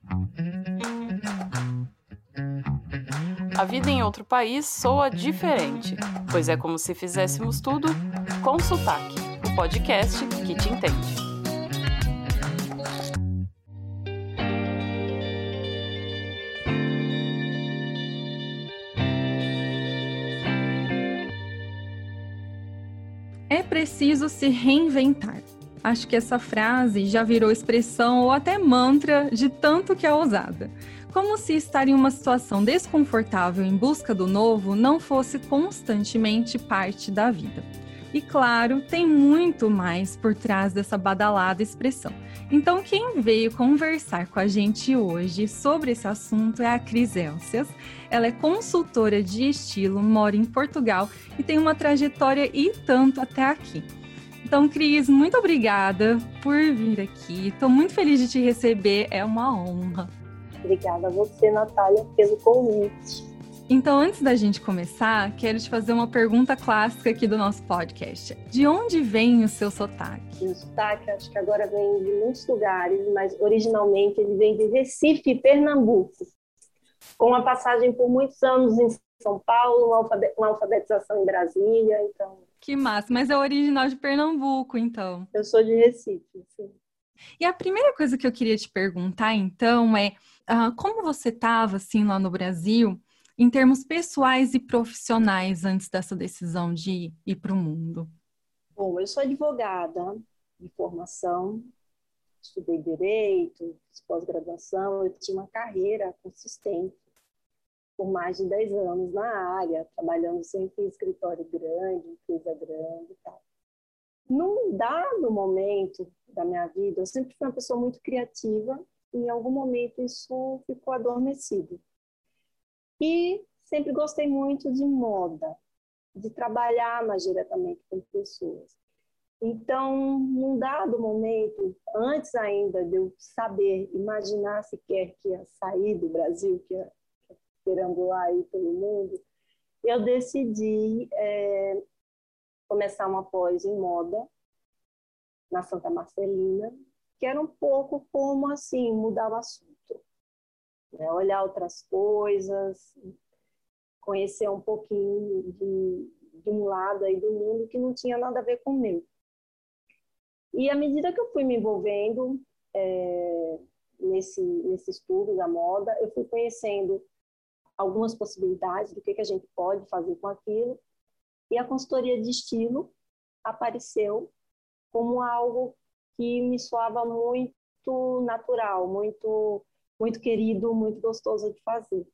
A vida em outro país soa diferente, pois é como se fizéssemos tudo com sotaque, o podcast que te entende. É preciso se reinventar. Acho que essa frase já virou expressão ou até mantra de tanto que é usada. Como se estar em uma situação desconfortável em busca do novo não fosse constantemente parte da vida. E claro, tem muito mais por trás dessa badalada expressão. Então, quem veio conversar com a gente hoje sobre esse assunto é a Cris Elcias. Ela é consultora de estilo, mora em Portugal e tem uma trajetória e tanto até aqui. Então, Cris, muito obrigada por vir aqui. Estou muito feliz de te receber, é uma honra. Obrigada a você, Natália, pelo convite. Então, antes da gente começar, quero te fazer uma pergunta clássica aqui do nosso podcast. De onde vem o seu sotaque? O sotaque, acho que agora vem de muitos lugares, mas originalmente ele vem de Recife, Pernambuco. Com uma passagem por muitos anos em São Paulo, uma alfabetização em Brasília, então... Que massa, mas é original de Pernambuco, então. Eu sou de Recife, sim. E a primeira coisa que eu queria te perguntar, então, é como você estava, assim, lá no Brasil, em termos pessoais e profissionais, antes dessa decisão de ir para o mundo? Bom, eu sou advogada de formação, estudei Direito, fiz pós-graduação, eu tinha uma carreira consistente por mais de 10 anos na área, trabalhando sempre em escritório grande, empresa grande e tal. Num dado momento da minha vida, eu sempre fui uma pessoa muito criativa e em algum momento isso ficou adormecido. E sempre gostei muito de moda, de trabalhar mais diretamente com pessoas. Então, num dado momento, antes ainda de eu saber, imaginar sequer que ia sair do Brasil, que ia perambular aí pelo mundo, eu decidi começar uma pós em moda na Santa Marcelina, que era um pouco como assim, mudar o assunto, né? Olhar outras coisas, conhecer um pouquinho de um lado aí do mundo que não tinha nada a ver com o meu. E à medida que eu fui me envolvendo nesse estudo da moda, eu fui conhecendo algumas possibilidades do que a gente pode fazer com aquilo, e a consultoria de estilo apareceu como algo que me soava muito natural, muito, muito querido, muito gostoso de fazer.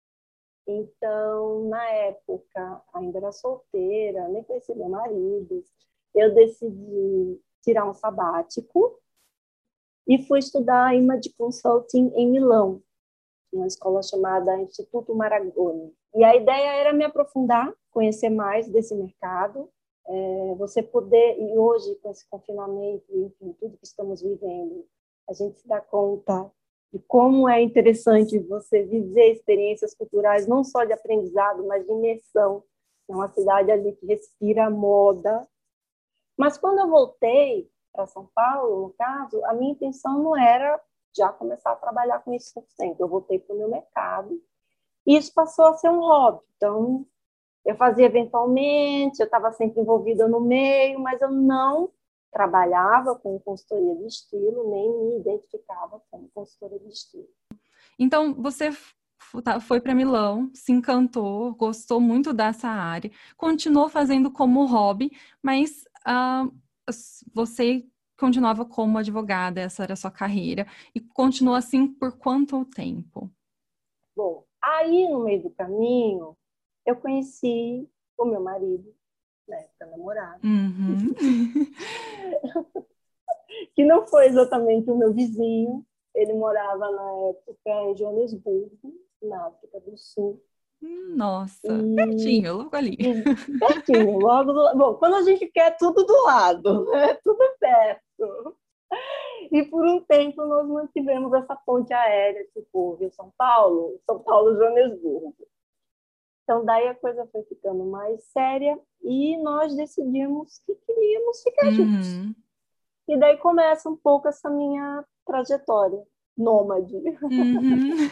Então, na época, ainda era solteira, nem conhecia meu marido, eu decidi tirar um sabático e fui estudar Image Consulting em Milão, uma escola chamada Instituto Marangoni. E a ideia era me aprofundar, conhecer mais desse mercado, você poder, e hoje com esse confinamento, enfim, tudo que estamos vivendo, a gente se dá conta de como é interessante você viver experiências culturais, não só de aprendizado, mas de imersão. É uma cidade ali que respira moda. Mas quando eu voltei para São Paulo, no caso, a minha intenção não era já começar a trabalhar com isso 100%. Eu voltei para o meu mercado e isso passou a ser um hobby. Então, eu fazia eventualmente, eu estava sempre envolvida no meio, mas eu não trabalhava com consultoria de estilo, nem me identificava como consultora de estilo. Então, você foi para Milão, se encantou, gostou muito dessa área, continuou fazendo como hobby, mas você continuava como advogada, essa era a sua carreira, e continuou assim por quanto tempo? Bom, aí no meio do caminho, eu conheci o meu marido, na época namorado, que não foi exatamente o meu vizinho, ele morava na época em Joanesburgo, na África do Sul. Nossa, pertinho, logo ali. Pertinho, logo do... Bom, quando a gente quer tudo do lado, né? Tudo perto. E por um tempo nós mantivemos essa ponte aérea, tipo Rio-São Paulo, São Paulo-Joanesburgo. Então daí a coisa foi ficando mais séria e nós decidimos que queríamos ficar juntos. E daí começa um pouco essa minha trajetória. nômade Uhum.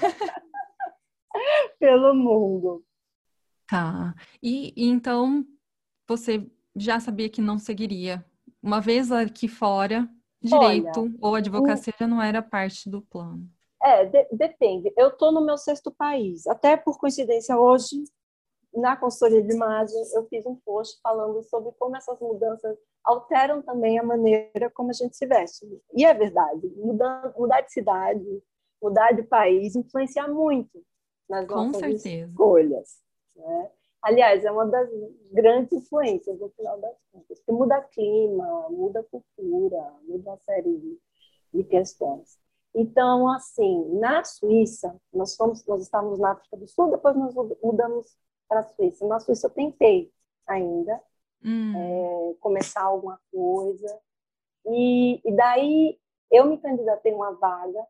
pelo mundo. Tá. E então você já sabia que não seguiria. Uma vez aqui fora, Olha, direito ou advocacia já não era parte do plano. depende. Eu estou no meu 6º país. Até por coincidência, hoje, na consultoria de imagem, eu fiz um post falando sobre como essas mudanças alteram também a maneira como a gente se veste. E é verdade, mudar de cidade, mudar de país, influencia muito nas Com nossas certeza. escolhas, né? Aliás, é uma das grandes influências no final das contas, porque muda clima, muda cultura, muda uma série de questões. Então, assim, na Suíça, nós estávamos na África do Sul, depois nós mudamos para a Suíça. Na Suíça eu tentei ainda começar alguma coisa, e daí eu me candidatei a uma vaga,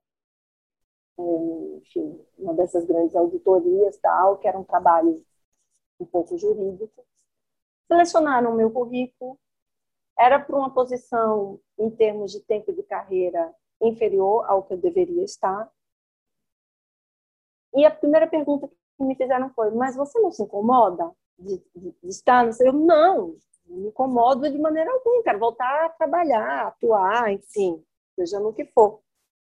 enfim, uma dessas grandes auditorias, tal, que era um trabalho um pouco jurídico. Selecionaram o meu currículo, era para uma posição, em termos de tempo de carreira, inferior ao que eu deveria estar. E a primeira pergunta que me fizeram foi: mas você não se incomoda de estar? Eu não me incomodo de maneira alguma, quero voltar a trabalhar, atuar, enfim, seja no que for.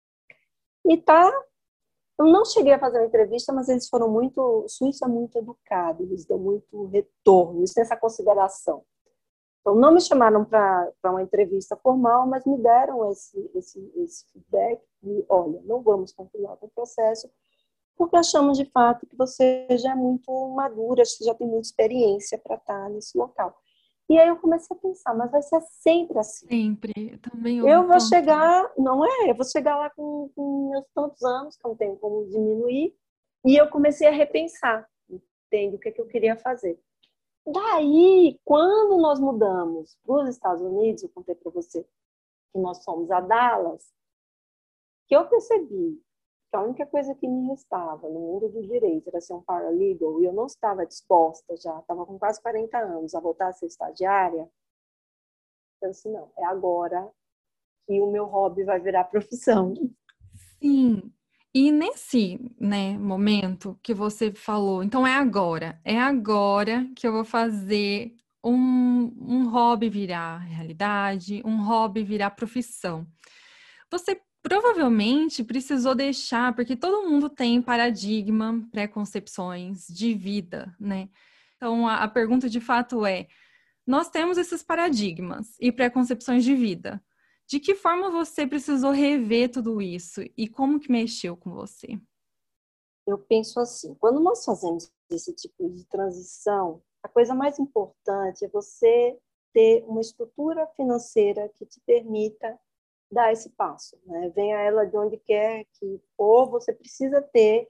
E tá, eu não cheguei a fazer uma entrevista, mas eles foram muito, o suíço é muito educado, eles dão muito retorno, eles têm essa consideração. Então, não me chamaram para uma entrevista formal, mas me deram esse feedback de: olha, não vamos continuar com o processo, porque achamos de fato que você já é muito madura, acho que já tem muita experiência para estar nesse local. E aí eu comecei a pensar: mas vai ser sempre assim. Sempre. Eu também ouvi Eu vou tanto isso. chegar, não é? Eu vou chegar lá com meus tantos anos, que eu não tenho como diminuir, e eu comecei a repensar, entende, o que eu queria fazer. Daí, quando nós mudamos para os Estados Unidos, eu contei para você que nós fomos a Dallas, que eu percebi que a única coisa que me restava no mundo do direito era ser um paralegal, e eu não estava disposta, já estava com quase 40 anos, a voltar a ser estagiária. Eu disse: não, é agora que o meu hobby vai virar profissão. Sim. E nesse, né, momento que você falou, então é agora que eu vou fazer um hobby virar realidade, um hobby virar profissão. Você provavelmente precisou deixar, porque todo mundo tem paradigma, preconcepções de vida, né? Então a pergunta de fato é: nós temos esses paradigmas e preconcepções de vida. De que forma você precisou rever tudo isso e como que mexeu com você? Eu penso assim, quando nós fazemos esse tipo de transição, a coisa mais importante é você ter uma estrutura financeira que te permita dar esse passo, né? Venha ela de onde quer que for, você precisa ter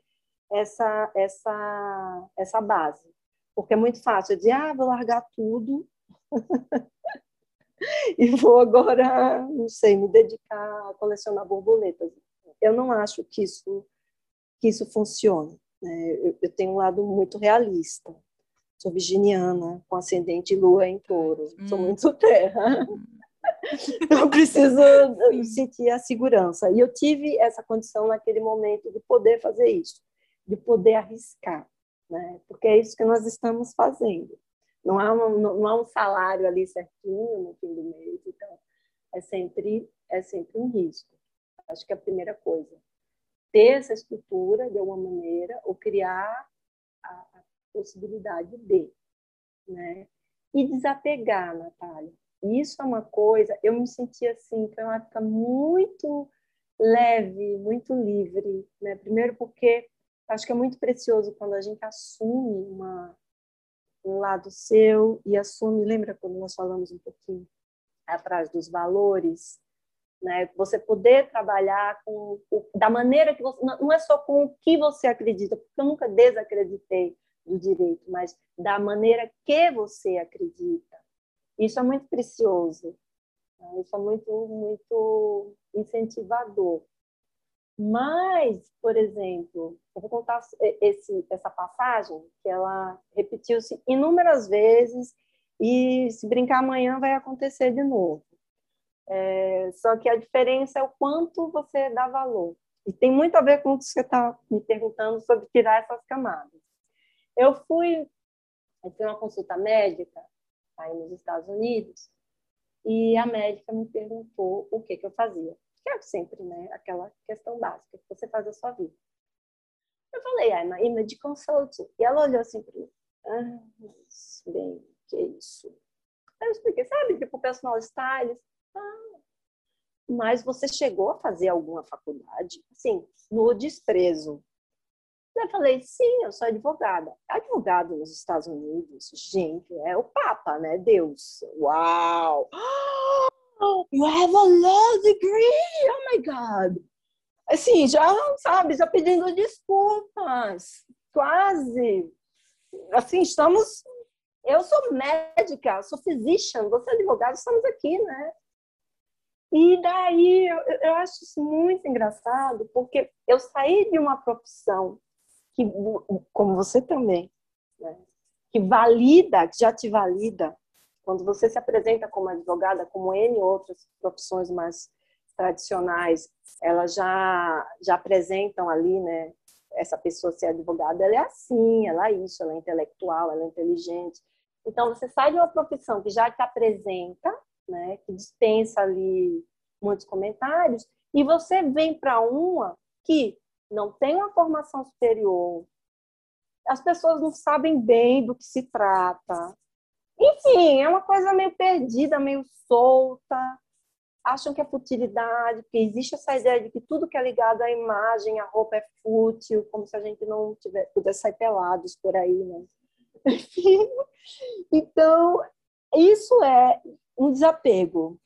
essa base. Porque é muito fácil dizer: vou largar tudo e vou agora, não sei, me dedicar a colecionar borboletas. Eu não acho que isso funcione, né? Eu tenho um lado muito realista. Sou virginiana, com ascendente e lua em touro. Sou muito terra. Eu preciso Sim. sentir a segurança. E eu tive essa condição naquele momento de poder fazer isso, de poder arriscar, né? Porque é isso que nós estamos fazendo. Não há um salário ali certinho no fim do mês, então é sempre um risco. Acho que é a primeira coisa. Ter essa estrutura de alguma maneira, ou criar a possibilidade de, né? E desapegar, Natália. Isso é uma coisa, eu me senti assim, foi uma época muito leve, muito livre, né? Primeiro porque acho que é muito precioso quando a gente assume um lado seu e assume, lembra quando nós falamos um pouquinho atrás dos valores, né? Você poder trabalhar da maneira que você, não é só com o que você acredita, porque eu nunca desacreditei do direito, mas da maneira que você acredita. Isso é muito precioso, né? Isso é muito, muito incentivador. Mas, por exemplo, eu vou contar essa passagem que ela repetiu-se inúmeras vezes e, se brincar, amanhã vai acontecer de novo. Só que a diferença é o quanto você dá valor. E tem muito a ver com o que você está me perguntando sobre tirar essas camadas. Eu fui uma consulta médica aí nos Estados Unidos e a médica me perguntou o que eu fazia. Que é sempre, né, aquela questão básica que você faz da sua vida. Eu falei, I'm a image consultant. E ela olhou assim para mim. Mas, bem, que isso? Aí eu expliquei, sabe, tipo personal stylist. Mas você chegou a fazer alguma faculdade? Assim, no desprezo. Eu falei, sim, eu sou advogada. Advogado nos Estados Unidos, gente, é o Papa, né? Deus. Uau! You have a law degree! Oh my God! Assim, já, sabe, já pedindo desculpas. Quase. Assim, estamos... Eu sou médica, sou physician, você é advogado, estamos aqui, né? E daí, eu acho isso muito engraçado, porque eu saí de uma profissão que, como você também, né, que valida, que já te valida, quando você se apresenta como advogada, como N outras profissões mais tradicionais, elas já apresentam ali, né, essa pessoa ser advogada, ela é assim, ela é isso, ela é intelectual, ela é inteligente. Então, você sai de uma profissão que já te apresenta, né, que dispensa ali muitos comentários, e você vem para uma que não tem uma formação superior, as pessoas não sabem bem do que se trata. Enfim, é uma coisa meio perdida, meio solta, acham que é futilidade, porque existe essa ideia de que tudo que é ligado à imagem, à roupa é fútil, como se a gente não pudesse sair pelados por aí, né? Enfim, então, isso é um desapego.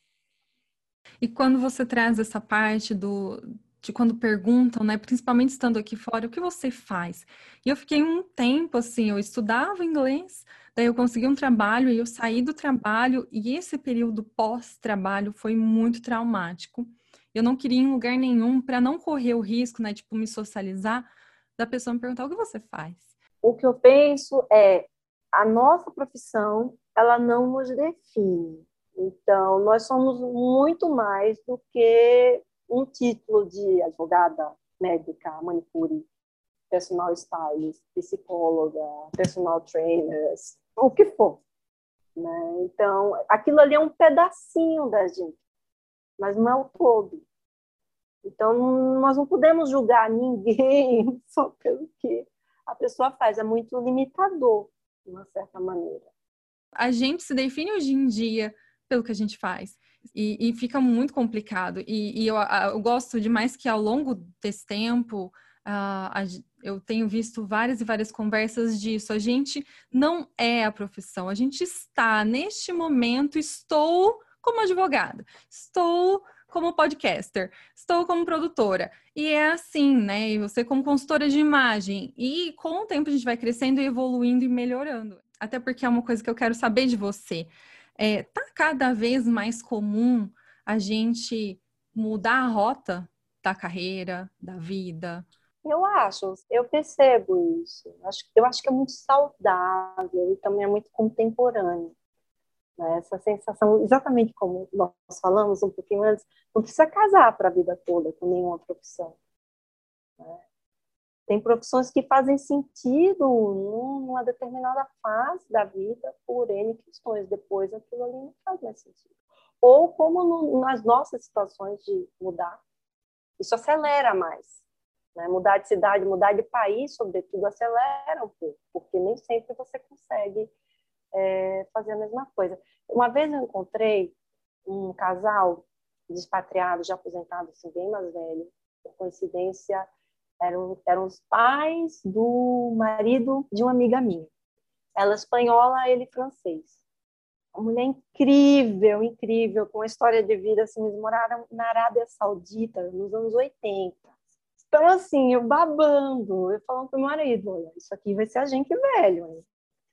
E quando você traz essa parte de quando perguntam, né, principalmente estando aqui fora, o que você faz? E eu fiquei um tempo assim, eu estudava inglês, daí eu consegui um trabalho e eu saí do trabalho e esse período pós-trabalho foi muito traumático. Eu não queria ir em lugar nenhum para não correr o risco, né, tipo me socializar, da pessoa me perguntar o que você faz. O que eu penso é a nossa profissão, ela não nos define. Então, nós somos muito mais do que um título de advogada, médica, manicure, personal stylist, psicóloga, personal trainer, o que for, né? Então, aquilo ali é um pedacinho da gente, mas não é o todo. Então, nós não podemos julgar ninguém só pelo que a pessoa faz. É muito limitador, de uma certa maneira. A gente se define hoje em dia pelo que a gente faz. E fica muito complicado. E eu gosto demais que ao longo desse tempo, eu tenho visto várias e várias conversas disso. A gente não é a profissão. A gente está, neste momento, estou como advogada. Estou como podcaster, estou como produtora. E é assim, né? E você como consultora de imagem. E com o tempo a gente vai crescendo e evoluindo e melhorando. Até porque é uma coisa que eu quero saber de você. Tá cada vez mais comum a gente mudar a rota da carreira, da vida? Eu percebo isso. Eu acho que é muito saudável e também é muito contemporâneo, né? Essa sensação, exatamente como nós falamos um pouquinho antes, não precisa casar para a vida toda com nenhuma profissão, né? Tem profissões que fazem sentido numa determinada fase da vida por N questões. Depois aquilo ali não faz mais sentido. Ou como nas nossas situações de mudar, isso acelera mais, né? Mudar de cidade, mudar de país, sobretudo, acelera um pouco, porque nem sempre você consegue fazer a mesma coisa. Uma vez eu encontrei um casal de expatriados, já aposentados, assim, bem mais velho, por coincidência, eram os pais do marido de uma amiga minha. Ela espanhola, ele francês. Uma mulher incrível, incrível, com uma história de vida, assim, eles moraram na Arábia Saudita nos anos 80. Então, assim, eu babando, eu falando pro meu marido, olha, isso aqui vai ser a gente velho, hein?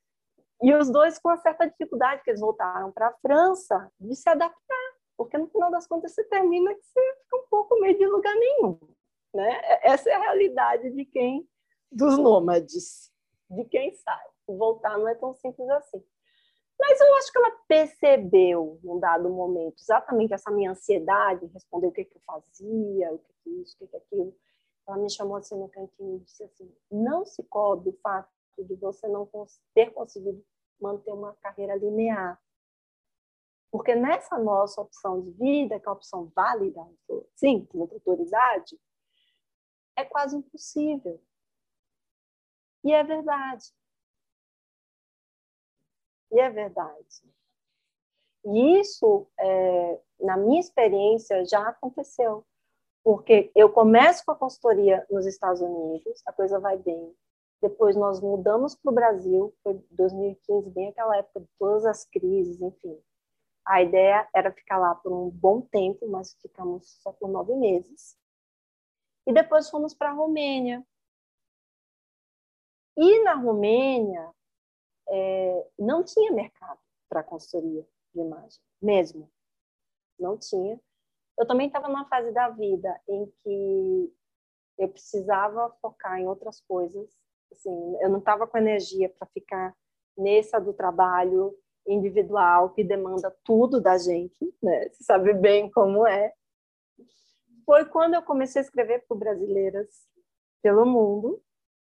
E os dois com uma certa dificuldade, que eles voltaram para a França, de se adaptar, porque no final das contas você termina que você fica um pouco meio de lugar nenhum, né? Essa é a realidade dos nômades, de quem sai. Voltar não é tão simples assim. Mas eu acho que ela percebeu, num dado momento, exatamente essa minha ansiedade, responder o que eu fazia, o que é isso, o que é aquilo. ela me chamou assim no cantinho e disse assim, não se cobre o fato de você não ter conseguido manter uma carreira linear. Porque nessa nossa opção de vida, que é a opção válida, sim, com muita autoridade, é quase impossível. E é verdade. E é verdade. E isso, na minha experiência, já aconteceu. Porque eu começo com a consultoria nos Estados Unidos, a coisa vai bem. Depois nós mudamos para o Brasil, foi 2015, bem aquela época de todas as crises, enfim. A ideia era ficar lá por um bom tempo, mas ficamos só por 9 meses. E depois fomos para a Romênia. E na Romênia, não tinha mercado para consultoria de imagem, mesmo. Não tinha. Eu também estava numa fase da vida em que eu precisava focar em outras coisas. Assim, eu não estava com energia para ficar nessa do trabalho individual que demanda tudo da gente, né? Você sabe bem como é. Foi quando eu comecei a escrever para brasileiras pelo mundo.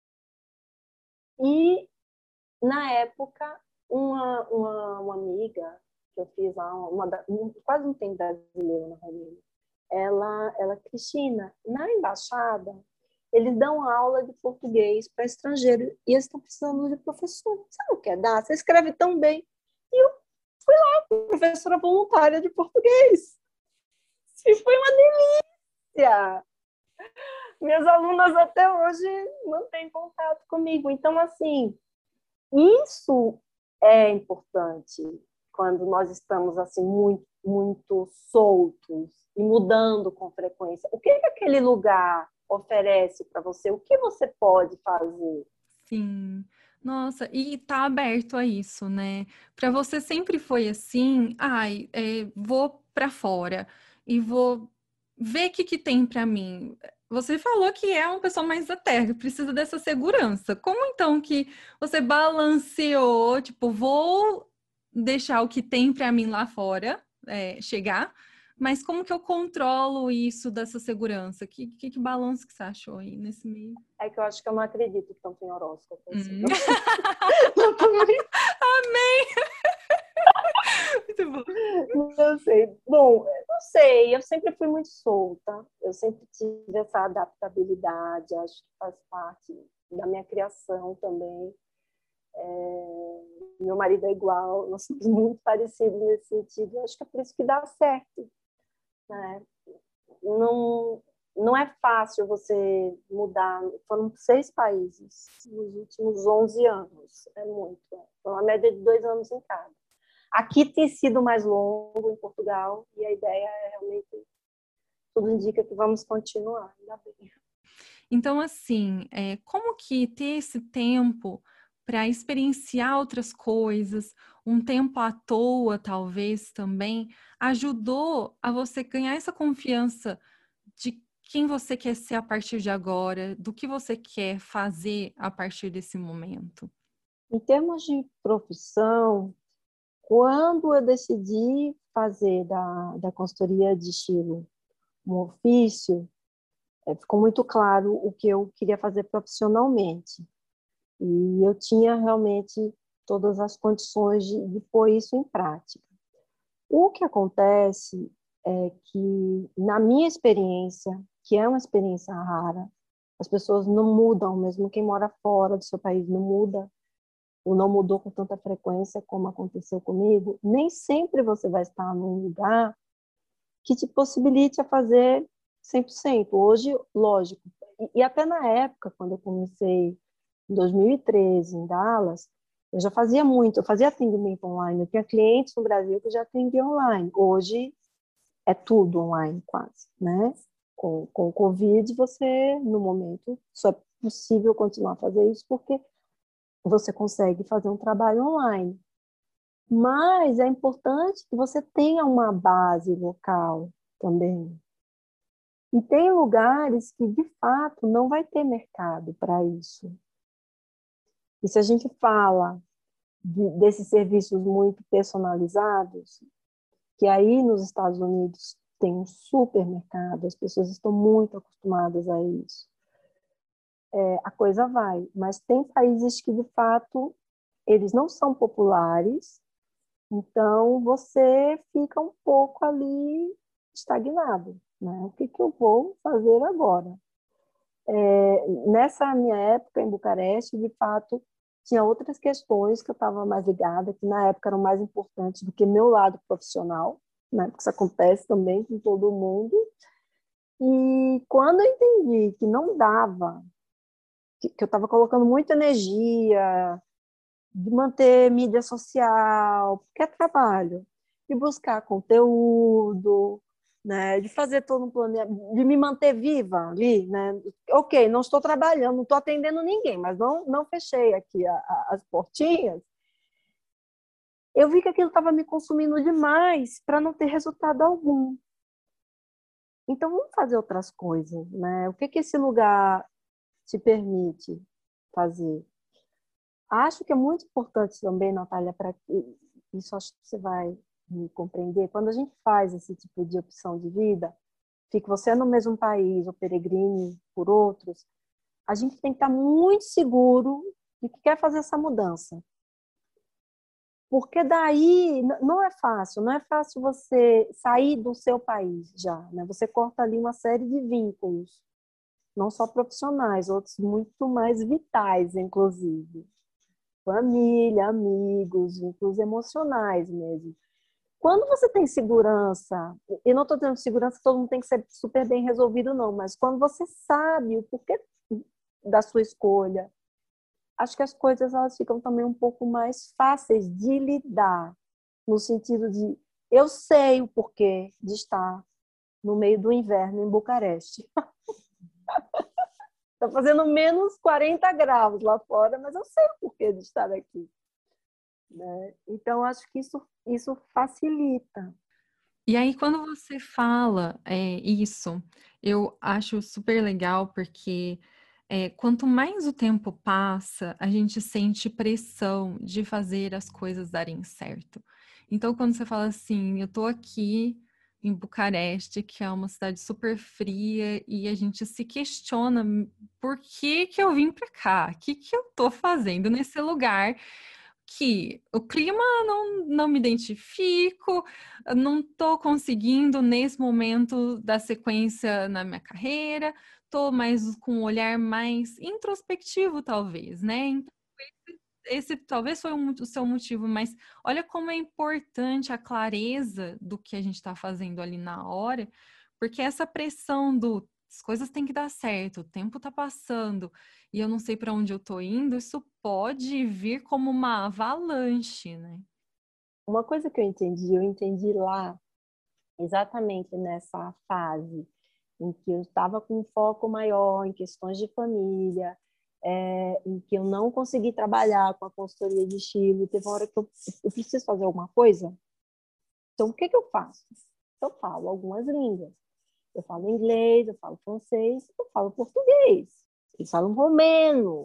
E, na época, uma amiga que eu fiz lá, quase não tem brasileiro na Romênia, ela, Cristina, na embaixada, eles dão aula de português para estrangeiro e eles estão precisando de professor. Você não quer dar? Você escreve tão bem. E eu fui lá, professora voluntária de português. E foi uma delícia! Minhas alunas até hoje mantêm contato comigo. Então, assim, isso é importante quando nós estamos assim muito, muito soltos e mudando com frequência. O que aquele lugar oferece para você? O que você pode fazer? Sim. Nossa, e tá aberto a isso, né? Para você sempre foi assim, ai, vou para fora e vou ver o que que tem para mim. Você falou que é uma pessoa mais da terra, precisa dessa segurança. Como então que você balanceou, tipo, vou deixar o que tem para mim lá fora, chegar, mas como que eu controlo isso dessa segurança? Que balanço que você achou aí nesse meio? É que eu acho que eu não acredito tanto em horóscopo. Assim. Amei! Muito bom. Não sei. Bom, não sei. Eu sempre fui muito solta. Eu sempre tive essa adaptabilidade. Acho que faz parte da minha criação também. Meu marido é igual. Nós somos muito parecidos nesse sentido. Acho que é por isso que dá certo. Né? Não é fácil você mudar. Foram 6 países nos últimos 11 anos. É muito. Foi uma média de 2 anos em cada. Aqui tem sido mais longo, em Portugal, e a ideia é realmente, tudo indica que vamos continuar, ainda bem. Então, assim, como que ter esse tempo para experienciar outras coisas, um tempo à toa, talvez, também, ajudou a você ganhar essa confiança de quem você quer ser a partir de agora, do que você quer fazer a partir desse momento? Em termos de profissão, quando eu decidi fazer da consultoria de estilo um ofício, ficou muito claro o que eu queria fazer profissionalmente. E eu tinha realmente todas as condições de pôr isso em prática. O que acontece é que, na minha experiência, que é uma experiência rara, as pessoas não mudam, mesmo quem mora fora do seu país não muda, ou não mudou com tanta frequência como aconteceu comigo, nem sempre você vai estar num lugar que te possibilite a fazer 100%. Hoje, lógico, e até na época, quando eu comecei em 2013, em Dallas, eu já fazia muito, eu fazia atendimento online, eu tinha clientes no Brasil que já atendiam online. Hoje é tudo online quase, né? Com o Covid, você, no momento, só é possível continuar a fazer isso porque você consegue fazer um trabalho online. Mas é importante que você tenha uma base local também. E tem lugares que, de fato, não vai ter mercado para isso. E se a gente fala desses serviços muito personalizados, que aí nos Estados Unidos tem um supermercado, as pessoas estão muito acostumadas a isso. a coisa vai. Mas tem países que, de fato, eles não são populares, então você fica um pouco ali estagnado, né? O que eu vou fazer agora? Nessa minha época em Bucareste, de fato, tinha outras questões que eu estava mais ligada, que na época eram mais importantes do que meu lado profissional, né? Porque isso acontece também com todo mundo. E quando eu entendi que não dava, que eu estava colocando muita energia de manter mídia social, porque é trabalho, de buscar conteúdo, né, de fazer todo um planejamento, de me manter viva ali, né? Ok, não estou trabalhando, não estou atendendo ninguém, mas não fechei aqui as portinhas. Eu vi que aquilo estava me consumindo demais para não ter resultado algum. Então, vamos fazer outras coisas, né? O que esse lugar te permite fazer? Acho que é muito importante também, Natália, para que isso acho que você vai me compreender. Quando a gente faz esse tipo de opção de vida, fique você no mesmo país ou peregrine por outros, a gente tem que estar muito seguro de que quer fazer essa mudança. Porque daí não é fácil, não é fácil você sair do seu país já, né? Você corta ali uma série de vínculos, não só profissionais, outros muito mais vitais, inclusive. Família, amigos, vínculos emocionais mesmo. Quando você tem segurança, e não estou dizendo segurança que todo mundo tem que ser super bem resolvido, não, mas quando você sabe o porquê da sua escolha, acho que as coisas elas ficam também um pouco mais fáceis de lidar, no sentido de eu sei o porquê de estar no meio do inverno em Bucareste. Está fazendo menos 40 graus lá fora, mas eu sei o porquê de estar aqui. Né? Então, acho que isso facilita. E aí, quando você fala isso, eu acho super legal, porque quanto mais o tempo passa, a gente sente pressão de fazer as coisas darem certo. Então, quando você fala assim, eu tô aqui em Bucareste, que é uma cidade super fria, e a gente se questiona por que que eu vim para cá? O que que eu tô fazendo nesse lugar? Que o clima não me identifico, não estou conseguindo nesse momento da sequência na minha carreira, estou mais com um olhar mais introspectivo, talvez, né? Então, esse talvez foi o seu motivo, mas olha como é importante a clareza do que a gente está fazendo ali na hora, porque essa pressão as coisas têm que dar certo, o tempo está passando e eu não sei para onde eu estou indo, isso pode vir como uma avalanche, né? Uma coisa que eu entendi lá, exatamente nessa fase em que eu estava com um foco maior em questões de família, em que eu não consegui trabalhar com a consultoria de estilo, teve uma hora que eu preciso fazer alguma coisa, então o que eu faço? Eu falo algumas línguas. Eu falo inglês, eu falo francês, eu falo português, eles falam romeno.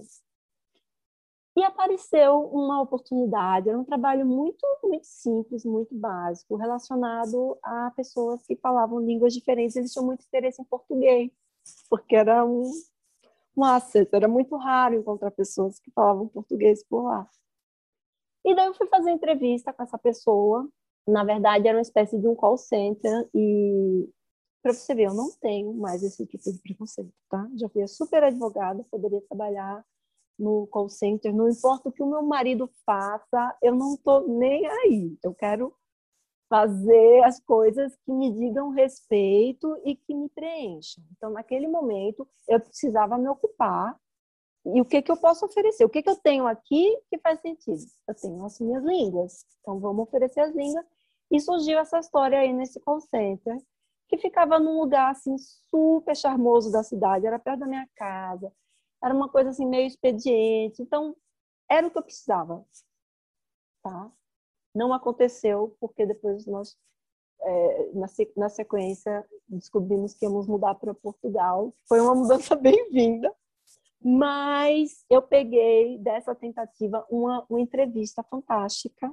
E apareceu uma oportunidade, era um trabalho muito, muito simples, muito básico, relacionado a pessoas que falavam línguas diferentes, eles tinham muito interesse em português, porque era um asset, era muito raro encontrar pessoas que falavam português por lá. E daí eu fui fazer entrevista com essa pessoa, na verdade era uma espécie de um call center, e para você ver, eu não tenho mais esse tipo de preconceito, tá? Já fui super advogada, poderia trabalhar no call center, não importa o que o meu marido faça, eu não estou nem aí. Eu quero fazer as coisas que me digam respeito e que me preencham. Então, naquele momento, eu precisava me ocupar. E o que eu posso oferecer? O que eu tenho aqui que faz sentido? Eu tenho as minhas línguas. Então, vamos oferecer as línguas. E surgiu essa história aí nesse call center, que ficava num lugar assim super charmoso da cidade, era perto da minha casa. Era uma coisa assim meio expediente. Então, era o que eu precisava. Tá? Não aconteceu, porque depois nós, na sequência, descobrimos que íamos mudar para Portugal. Foi uma mudança bem-vinda. Mas eu peguei dessa tentativa uma entrevista fantástica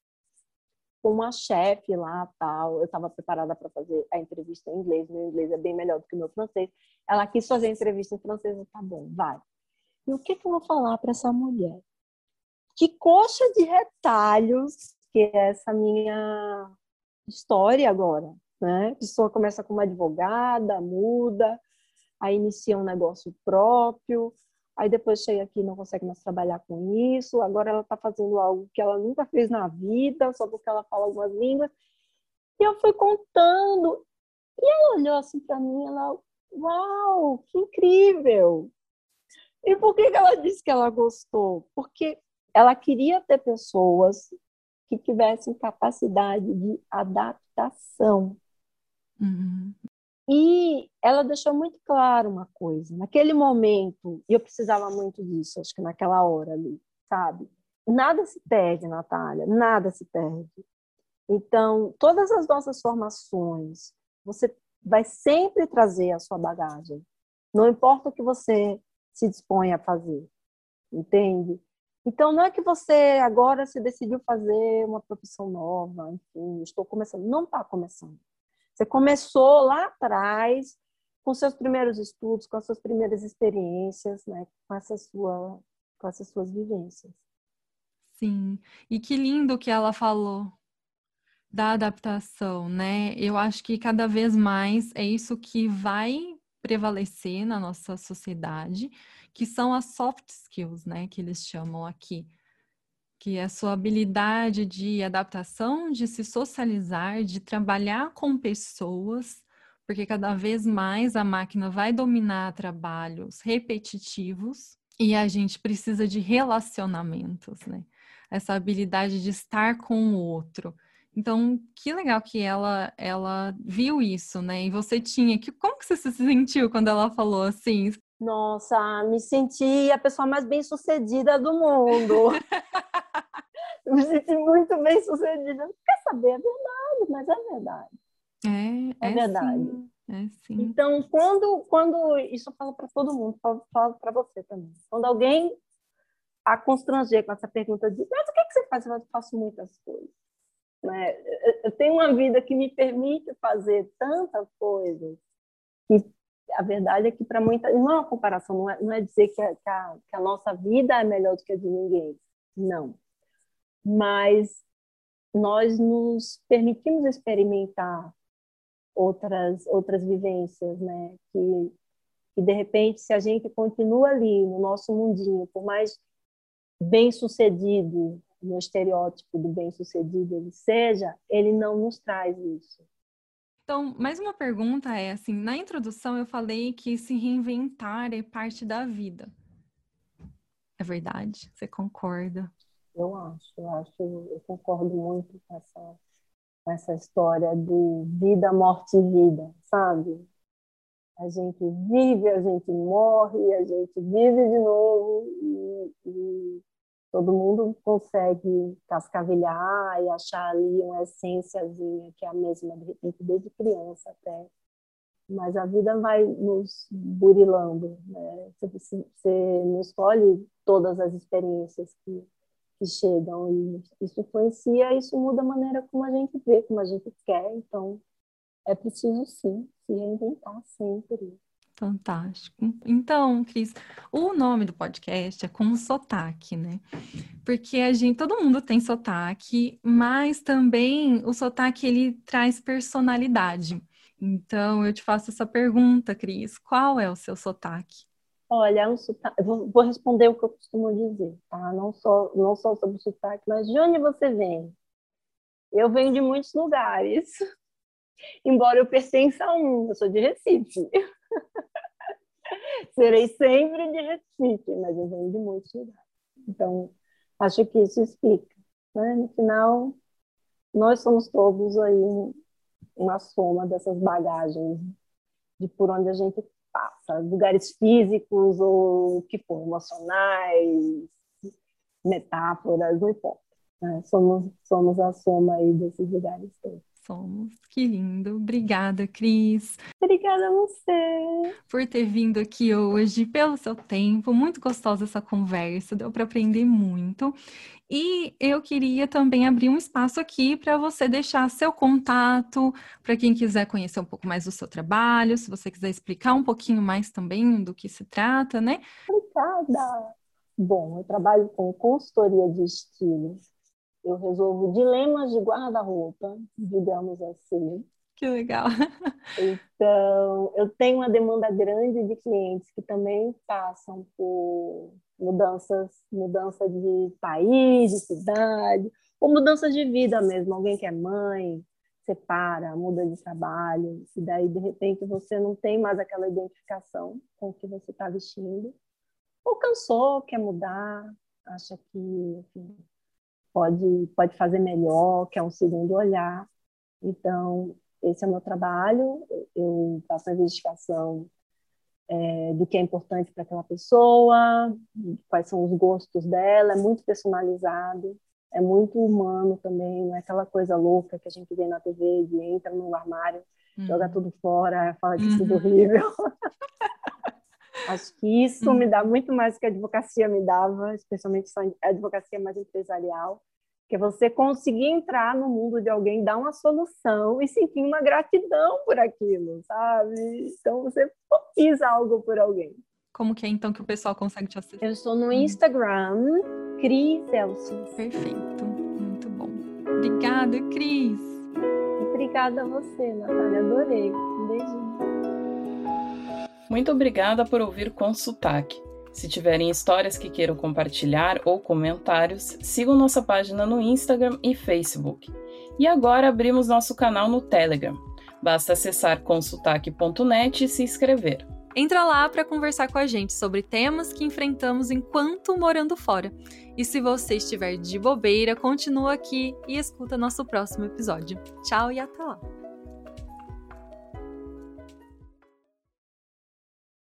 com uma chefe lá, tal. Eu estava preparada para fazer a entrevista em inglês. Meu inglês é bem melhor do que o meu francês. Ela quis fazer a entrevista em francês. Tá bom, vai. E o que que eu vou falar para essa mulher? Que coxa de retalhos que é essa minha história agora, né? A pessoa começa como advogada, muda, aí inicia um negócio próprio, aí depois chega aqui e não consegue mais trabalhar com isso, agora ela está fazendo algo que ela nunca fez na vida, só porque ela fala algumas línguas. E eu fui contando, e ela olhou assim para mim, ela, uau, que incrível! E por que ela disse que ela gostou? Porque ela queria ter pessoas que tivessem capacidade de adaptação. Uhum. E ela deixou muito claro uma coisa. Naquele momento, e eu precisava muito disso, acho que naquela hora ali, sabe? Nada se perde, Natália, nada se perde. Então, todas as nossas formações, você vai sempre trazer a sua bagagem. Não importa o que você se dispõe a fazer, entende? Então, não é que você agora se decidiu fazer uma profissão nova, enfim, estou começando. Não está começando. Você começou lá atrás, com seus primeiros estudos, com as suas primeiras experiências, né? com essas suas vivências. Sim, e que lindo que ela falou da adaptação, né? Eu acho que cada vez mais é isso que vai prevalecer na nossa sociedade, que são as soft skills, né? Que eles chamam aqui, que é a sua habilidade de adaptação, de se socializar, de trabalhar com pessoas, porque cada vez mais a máquina vai dominar trabalhos repetitivos e a gente precisa de relacionamentos, né? Essa habilidade de estar com o outro. Então, que legal que ela viu isso, né? E você tinha que como que você se sentiu quando ela falou assim? Nossa, me senti a pessoa mais bem-sucedida do mundo. Me senti muito bem-sucedida. Quer saber? É verdade, mas é verdade. É verdade. Sim, é sim. Então, quando isso eu falo para todo mundo, falo para você também. Quando alguém a constranger com essa pergunta de mas o que você faz? Eu faço muitas coisas. Né? Eu tenho uma vida que me permite fazer tantas coisas que a verdade é que para muita não é uma comparação, não é dizer que a nossa vida é melhor do que a de ninguém, não. Mas nós nos permitimos experimentar outras vivências, né? Que de repente, se a gente continua ali no nosso mundinho, por mais bem-sucedido, no estereótipo do bem-sucedido ele seja, ele não nos traz isso. Então, mais uma pergunta é assim, na introdução eu falei que se reinventar é parte da vida. É verdade? Você concorda? Eu concordo muito com essa história do vida, morte e vida, sabe? A gente vive, a gente morre, a gente vive de novo e todo mundo consegue cascavelhar e achar ali uma essênciazinha que é a mesma, de repente, desde criança até. Mas a vida vai nos burilando, né? Você não escolhe todas as experiências que chegam e isso influencia, isso muda a maneira como a gente vê, como a gente quer. Então, é preciso, sim, se reinventar sempre. Fantástico. Então, Cris, o nome do podcast é Com Sotaque, né? Porque todo mundo tem sotaque, mas também o sotaque ele traz personalidade. Então, eu te faço essa pergunta, Cris, qual é o seu sotaque? Olha, vou responder o que eu costumo dizer, tá? Não só sobre o sotaque, mas de onde você vem? Eu venho de muitos lugares, embora eu pertença a um, eu sou de Recife. Serei sempre de Recife, mas eu venho de muitos lugares. Então, acho que isso explica, né? No final, nós somos todos aí uma soma dessas bagagens de por onde a gente passa, lugares físicos ou o que for, emocionais, metáforas, não importa. Né? Somos a soma aí desses lugares todos. Somos. Que lindo. Obrigada, Cris. Obrigada a você. Por ter vindo aqui hoje, pelo seu tempo. Muito gostosa essa conversa, deu para aprender muito. E eu queria também abrir um espaço aqui para você deixar seu contato, para quem quiser conhecer um pouco mais do seu trabalho, se você quiser explicar um pouquinho mais também do que se trata, né? obrigada. Bom, eu trabalho com consultoria de estilo. Eu resolvo dilemas de guarda-roupa, digamos assim. Que legal. Então, eu tenho uma demanda grande de clientes que também passam por mudança de país, de cidade, ou mudança de vida mesmo. Alguém que é mãe, separa, muda de trabalho, e daí, de repente, você não tem mais aquela identificação com o que você está vestindo. Ou cansou, quer mudar, acha que enfim, pode fazer melhor, quer um segundo olhar. Então, esse é o meu trabalho. Eu faço a investigação do que é importante para aquela pessoa, quais são os gostos dela, é muito personalizado, é muito humano também, não é aquela coisa louca que a gente vê na TV, de entra no armário, joga tudo fora, fala que tudo horrível. Acho que isso me dá muito mais do que a advocacia me dava, especialmente a advocacia mais empresarial, que é você conseguir entrar no mundo de alguém, dar uma solução e sentir uma gratidão por aquilo, sabe? Então, você fiz algo por alguém. Como que é, então, que o pessoal consegue te acessar? Eu estou no Instagram, Cris Elcio. Perfeito, muito bom. Obrigada, Cris. Obrigada a você, Natália, adorei. Um beijinho. Muito obrigada por ouvir Com Sotaque. Se tiverem histórias que queiram compartilhar ou comentários, sigam nossa página no Instagram e Facebook. E agora abrimos nosso canal no Telegram. Basta acessar consotaque.net e se inscrever. Entra lá para conversar com a gente sobre temas que enfrentamos enquanto morando fora. E se você estiver de bobeira, continua aqui e escuta nosso próximo episódio. Tchau e até lá!